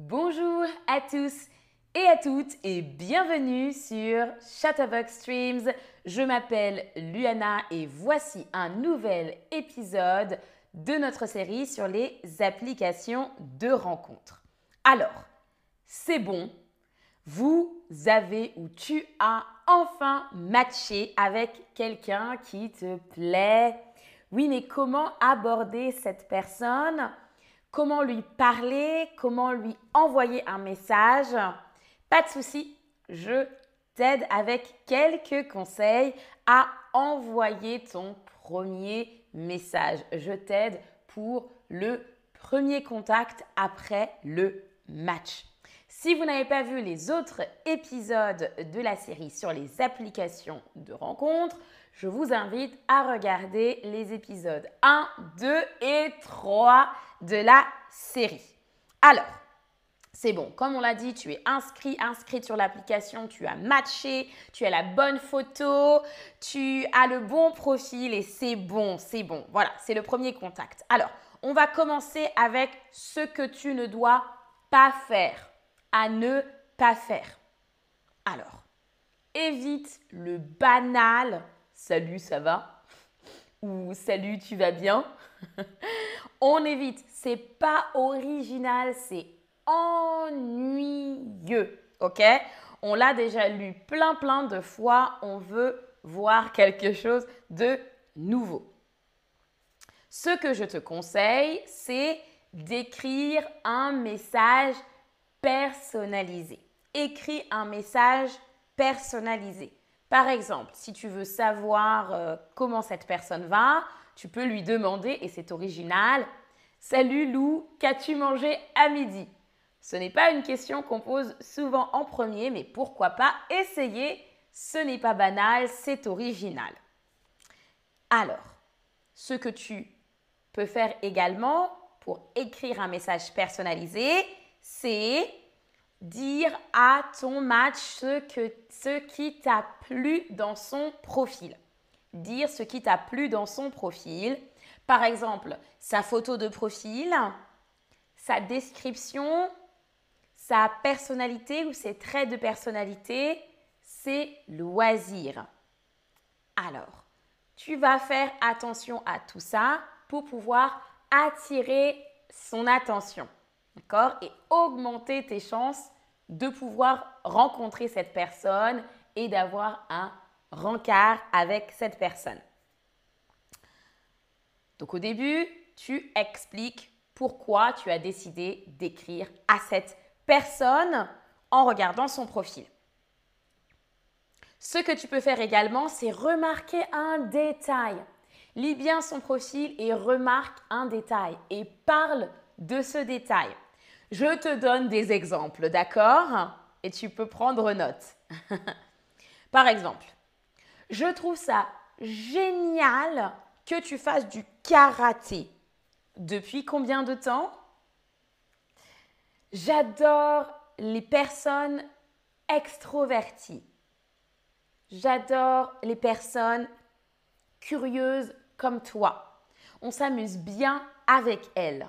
Bonjour à tous et à toutes et bienvenue sur Chatterbox Streams. Je m'appelle Luana et voici un nouvel épisode de notre série sur les applications de rencontres. Alors, c'est bon, vous avez ou tu as enfin matché avec quelqu'un qui te plaît. Oui, mais comment aborder cette personne ? Comment lui parler? Comment lui envoyer un message? Pas de souci, je t'aide avec quelques conseils à envoyer ton premier message. Je t'aide pour le premier contact après le match. Si vous n'avez pas vu les autres épisodes de la série sur les applications de rencontres, je vous invite à regarder les épisodes 1, 2 et 3 de la série. Alors, c'est bon, comme on l'a dit, tu es inscrite sur l'application, tu as matché, tu as la bonne photo, tu as le bon profil et c'est bon. Voilà, c'est le premier contact. Alors, on va commencer avec ce que tu ne dois pas faire, à ne pas faire. Alors, évite le banal « Salut, ça va ?» ou « Salut, tu vas bien ?» On évite, c'est pas original, c'est ennuyeux, ok? On l'a déjà lu plein de fois, on veut voir quelque chose de nouveau. Ce que je te conseille, c'est d'écrire un message personnalisé. Écris un message personnalisé. Par exemple, si tu veux savoir comment cette personne va, tu peux lui demander, et c'est original, « Salut Lou, qu'as-tu mangé à midi ?» Ce n'est pas une question qu'on pose souvent en premier, mais pourquoi pas essayer? Ce n'est pas banal, c'est original. Alors, ce que tu peux faire également pour écrire un message personnalisé, c'est dire à ton match ce qui t'a plu dans son profil. Dire ce qui t'a plu dans son profil. Par exemple, sa photo de profil, sa description, sa personnalité ou ses traits de personnalité, ses loisirs. Alors, tu vas faire attention à tout ça pour pouvoir attirer son attention. D'accord? Et augmenter tes chances de pouvoir rencontrer cette personne et d'avoir un rencard avec cette personne. Donc au début, tu expliques pourquoi tu as décidé d'écrire à cette personne en regardant son profil. Ce que tu peux faire également, c'est remarquer un détail. Lis bien son profil et remarque un détail et parle de ce détail. Je te donne des exemples, d'accord? Et tu peux prendre note. Par exemple, je trouve ça génial que tu fasses du karaté. Depuis combien de temps? J'adore les personnes extroverties. J'adore les personnes curieuses comme toi. On s'amuse bien avec elles.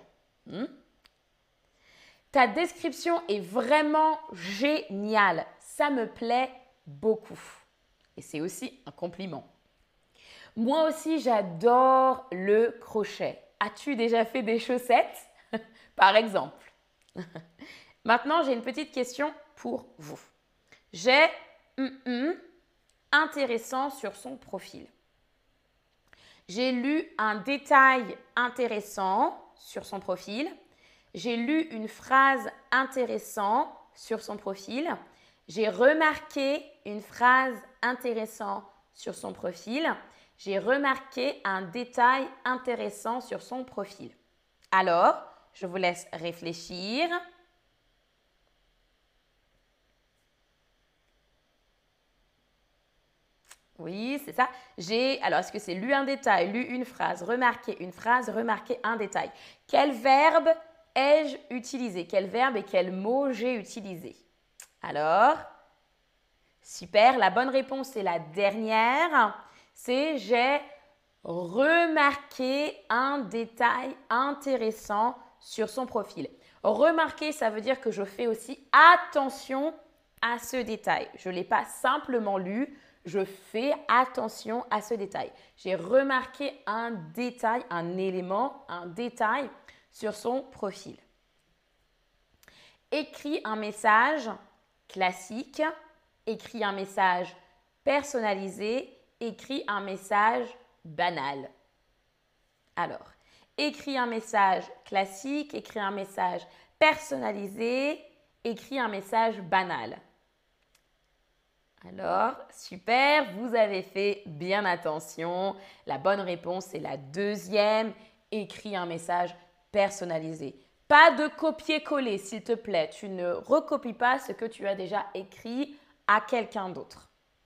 Ta description est vraiment géniale. Ça me plaît beaucoup. Et c'est aussi un compliment. Moi aussi, j'adore le crochet. As-tu déjà fait des chaussettes? Par exemple. Maintenant, j'ai une petite question pour vous. J'ai intéressant sur son profil. J'ai lu un détail intéressant sur son profil. J'ai lu une phrase intéressante sur son profil. J'ai remarqué une phrase intéressante sur son profil. J'ai remarqué un détail intéressant sur son profil. Alors, je vous laisse réfléchir. Oui, c'est ça. Alors, est-ce que c'est lu un détail, lu une phrase, remarqué un détail? Quel verbe ai-je utilisé? Quel verbe et quel mot j'ai utilisé? Alors, super. La bonne réponse, c'est la dernière. C'est j'ai remarqué un détail intéressant sur son profil. Remarquer, ça veut dire que je fais aussi attention à ce détail. Je ne l'ai pas simplement lu, je fais attention à ce détail. J'ai remarqué un détail, un élément, un détail sur son profil. Écris un message classique, écris un message personnalisé, écris un message banal. Alors, écris un message classique, écris un message personnalisé, écris un message banal. Alors, super, vous avez fait bien attention. La bonne réponse, c'est la deuxième. Écris un message personnalisé. Pas de copier-coller, s'il te plaît. Tu ne recopies pas ce que tu as déjà écrit à quelqu'un d'autre.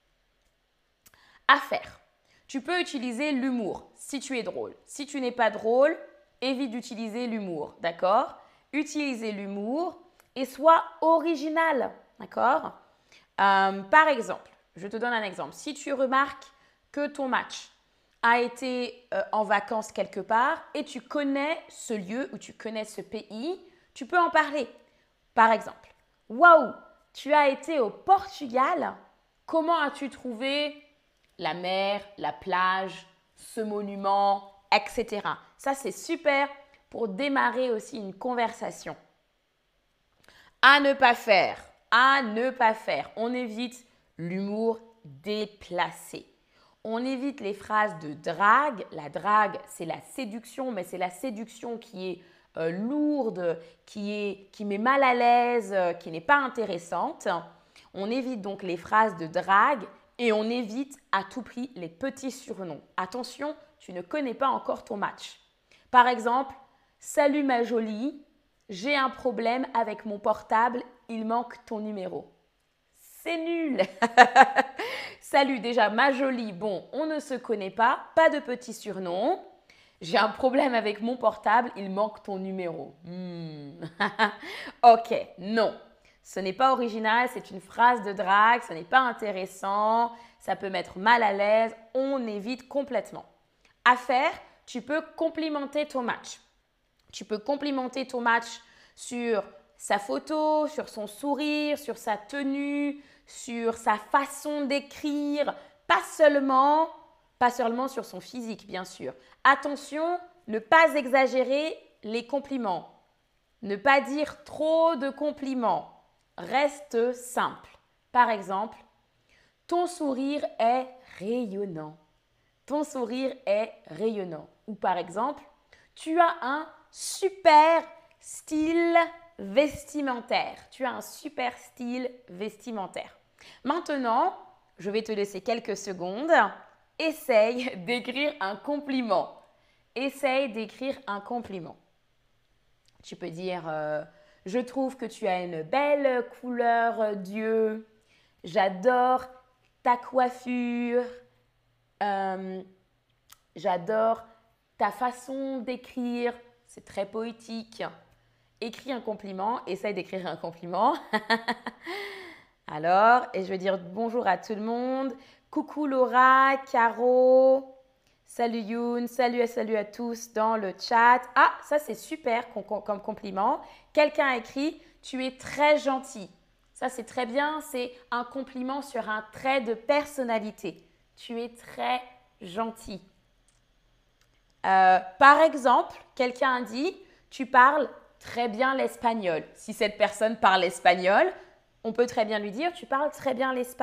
À faire. Tu peux utiliser l'humour si tu es drôle. Si tu n'es pas drôle, évite d'utiliser l'humour, d'accord? Utilisez l'humour et sois original, d'accord? Par exemple, je te donne un exemple. Si tu remarques que ton match a été en vacances quelque part et tu connais ce lieu ou tu connais ce pays, tu peux en parler. Par exemple, waouh, tu as été au Portugal, comment as-tu trouvé la mer, la plage, ce monument, etc. Ça, c'est super pour démarrer aussi une conversation. À ne pas faire. À ne pas faire. On évite l'humour déplacé. On évite les phrases de drague. La drague, c'est la séduction, mais c'est la séduction qui est lourde, qui met mal à l'aise, qui n'est pas intéressante. On évite donc les phrases de drague et on évite à tout prix les petits surnoms. Attention, tu ne connais pas encore ton match. Par exemple, « Salut ma jolie, j'ai un problème avec mon portable, il manque ton numéro. » C'est nul. Salut, déjà ma jolie, bon, on ne se connaît pas de petits surnoms. J'ai un problème avec mon portable, il manque ton numéro. Ok, non. Ce n'est pas original, c'est une phrase de drague, ce n'est pas intéressant, ça peut mettre mal à l'aise, on évite complètement. À faire, tu peux complimenter ton match. Tu peux complimenter ton match sur sa photo, sur son sourire, sur sa tenue, sur sa façon d'écrire, pas seulement sur son physique, bien sûr. Attention, ne pas exagérer les compliments. Ne pas dire trop de compliments. Reste simple. Par exemple, ton sourire est rayonnant. Ton sourire est rayonnant. Ou par exemple, tu as un super style vestimentaire. Tu as un super style vestimentaire. Maintenant, je vais te laisser quelques secondes. Essaye d'écrire un compliment. Essaye d'écrire un compliment. Tu peux dire je trouve que tu as une belle couleur d'yeux. J'adore ta coiffure. J'adore ta façon d'écrire. C'est très poétique. Écris un compliment. Essaye d'écrire un compliment. Alors, et je vais dire bonjour à tout le monde. Coucou Laura, Caro. Salut Youn, salut à tous dans le chat. Ah, ça c'est super comme compliment. Quelqu'un a écrit « Tu es très gentil ». Ça c'est très bien, c'est un compliment sur un trait de personnalité. Tu es très gentil. Par exemple, quelqu'un a dit « Tu parles très bien l'espagnol ». Si cette personne parle espagnol, on peut très bien lui dire « Tu parles très bien l'espagnol ».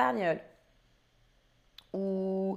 Ou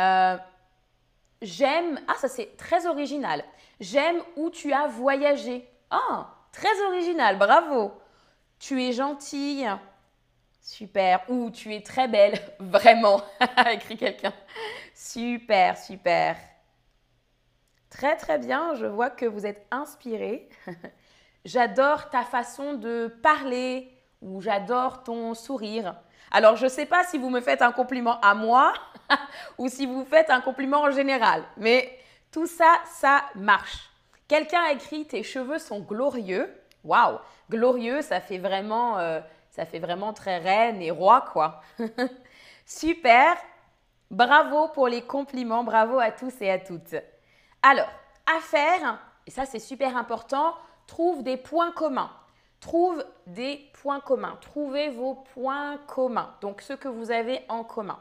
j'aime, ah ça c'est très original, j'aime où tu as voyagé. Ah, très original, bravo. Tu es gentille, super. Ou tu es très belle, vraiment, a écrit quelqu'un. Super, super. Très très bien, je vois que vous êtes inspirés. J'adore ta façon de parler ou j'adore ton sourire. Alors, je ne sais pas si vous me faites un compliment à moi ou si vous faites un compliment en général, mais tout ça, ça marche. Quelqu'un a écrit « Tes cheveux sont glorieux ». Waouh, glorieux, ça fait vraiment très reine et roi, quoi. Super, bravo pour les compliments, bravo à tous et à toutes. Alors, à faire, et ça c'est super important, trouve des points communs. Trouve des points communs. Trouvez vos points communs, donc ce que vous avez en commun.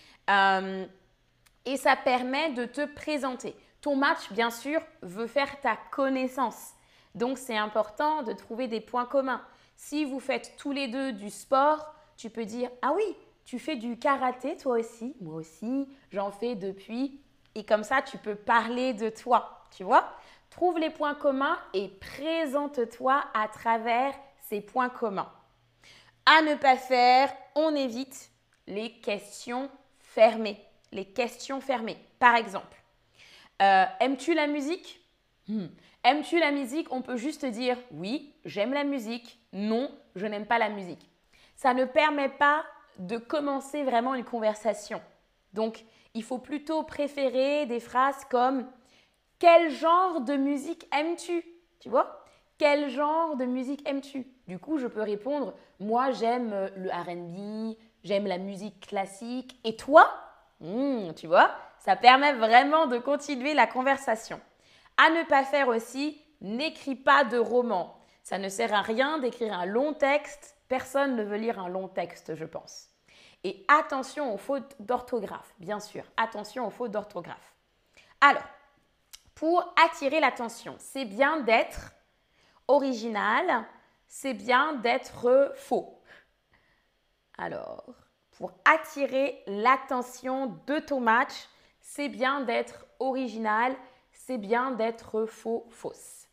Et ça permet de te présenter. Ton match, bien sûr, veut faire ta connaissance. Donc, c'est important de trouver des points communs. Si vous faites tous les deux du sport, tu peux dire « Ah oui, tu fais du karaté toi aussi ?» Moi aussi, j'en fais depuis. Et comme ça, tu peux parler de toi, tu vois? Trouve les points communs et présente-toi à travers ces points communs. À ne pas faire, on évite les questions fermées. Les questions fermées. Par exemple, aimes-tu la musique? Aimes-tu la musique? On peut juste dire oui, j'aime la musique. Non, je n'aime pas la musique. Ça ne permet pas de commencer vraiment une conversation. Donc, il faut plutôt préférer des phrases comme quel genre de musique aimes-tu? Tu vois? Quel genre de musique aimes-tu? Du coup, je peux répondre moi, j'aime le R&B, j'aime la musique classique. Et toi? Tu vois? Ça permet vraiment de continuer la conversation. À ne pas faire aussi, n'écris pas de roman. Ça ne sert à rien d'écrire un long texte. Personne ne veut lire un long texte, je pense. Et attention aux fautes d'orthographe, bien sûr. Attention aux fautes d'orthographe. Alors, pour attirer l'attention, c'est bien d'être original, c'est bien d'être faux. Alors, pour attirer l'attention de ton match, c'est bien d'être original, c'est bien d'être faux, fausse.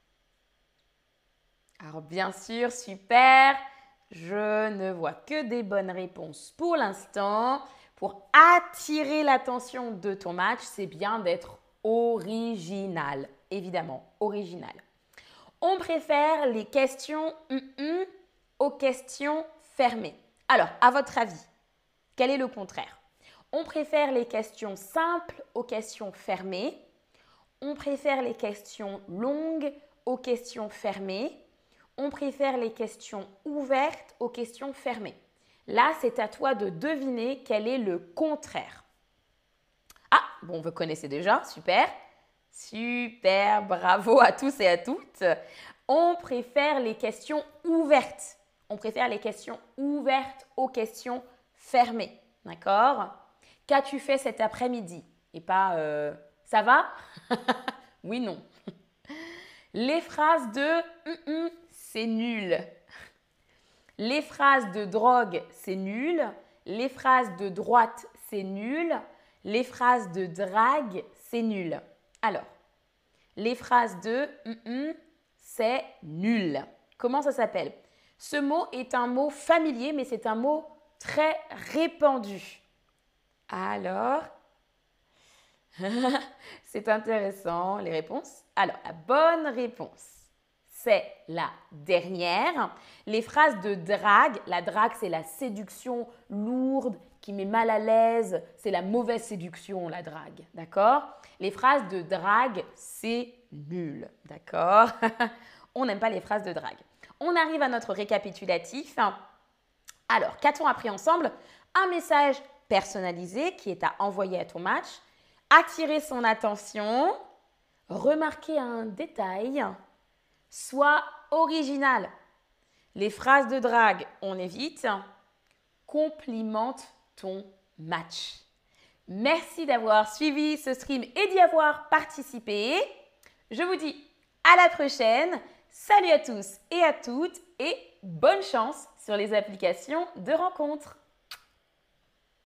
Alors bien sûr, super, je ne vois que des bonnes réponses pour l'instant. Pour attirer l'attention de ton match, c'est bien d'être original, évidemment, original. On préfère les questions aux questions fermées. Alors, à votre avis, quel est le contraire? On préfère les questions simples aux questions fermées. On préfère les questions longues aux questions fermées. On préfère les questions ouvertes aux questions fermées. Là, c'est à toi de deviner quel est le contraire. Ah, bon, vous connaissez déjà, super. Super, bravo à tous et à toutes. On préfère les questions ouvertes. On préfère les questions ouvertes aux questions fermées. D'accord? Qu'as-tu fait cet après-midi? Et pas ça va? Oui, non. Les phrases de c'est nul. Les phrases de drogue, c'est nul. Les phrases de droite, c'est nul. Les phrases de drague, c'est nul. Alors, les phrases de c'est nul. Comment ça s'appelle? Ce mot est un mot familier, mais c'est un mot très répandu. Alors, c'est intéressant, les réponses. Alors, la bonne réponse, c'est la dernière. Les phrases de drague, la drague, c'est la séduction lourde qui met mal à l'aise. C'est la mauvaise séduction, la drague, d'accord? Les phrases de drague, c'est nul, d'accord? On n'aime pas les phrases de drague. On arrive à notre récapitulatif. Alors, qu'a-t-on appris ensemble? Un message personnalisé qui est à envoyer à ton match, attirer son attention, remarquer un détail, sois original. Les phrases de drague, on évite. Complimente ton match. Merci d'avoir suivi ce stream et d'y avoir participé. Je vous dis à la prochaine. Salut à tous et à toutes et bonne chance sur les applications de rencontres.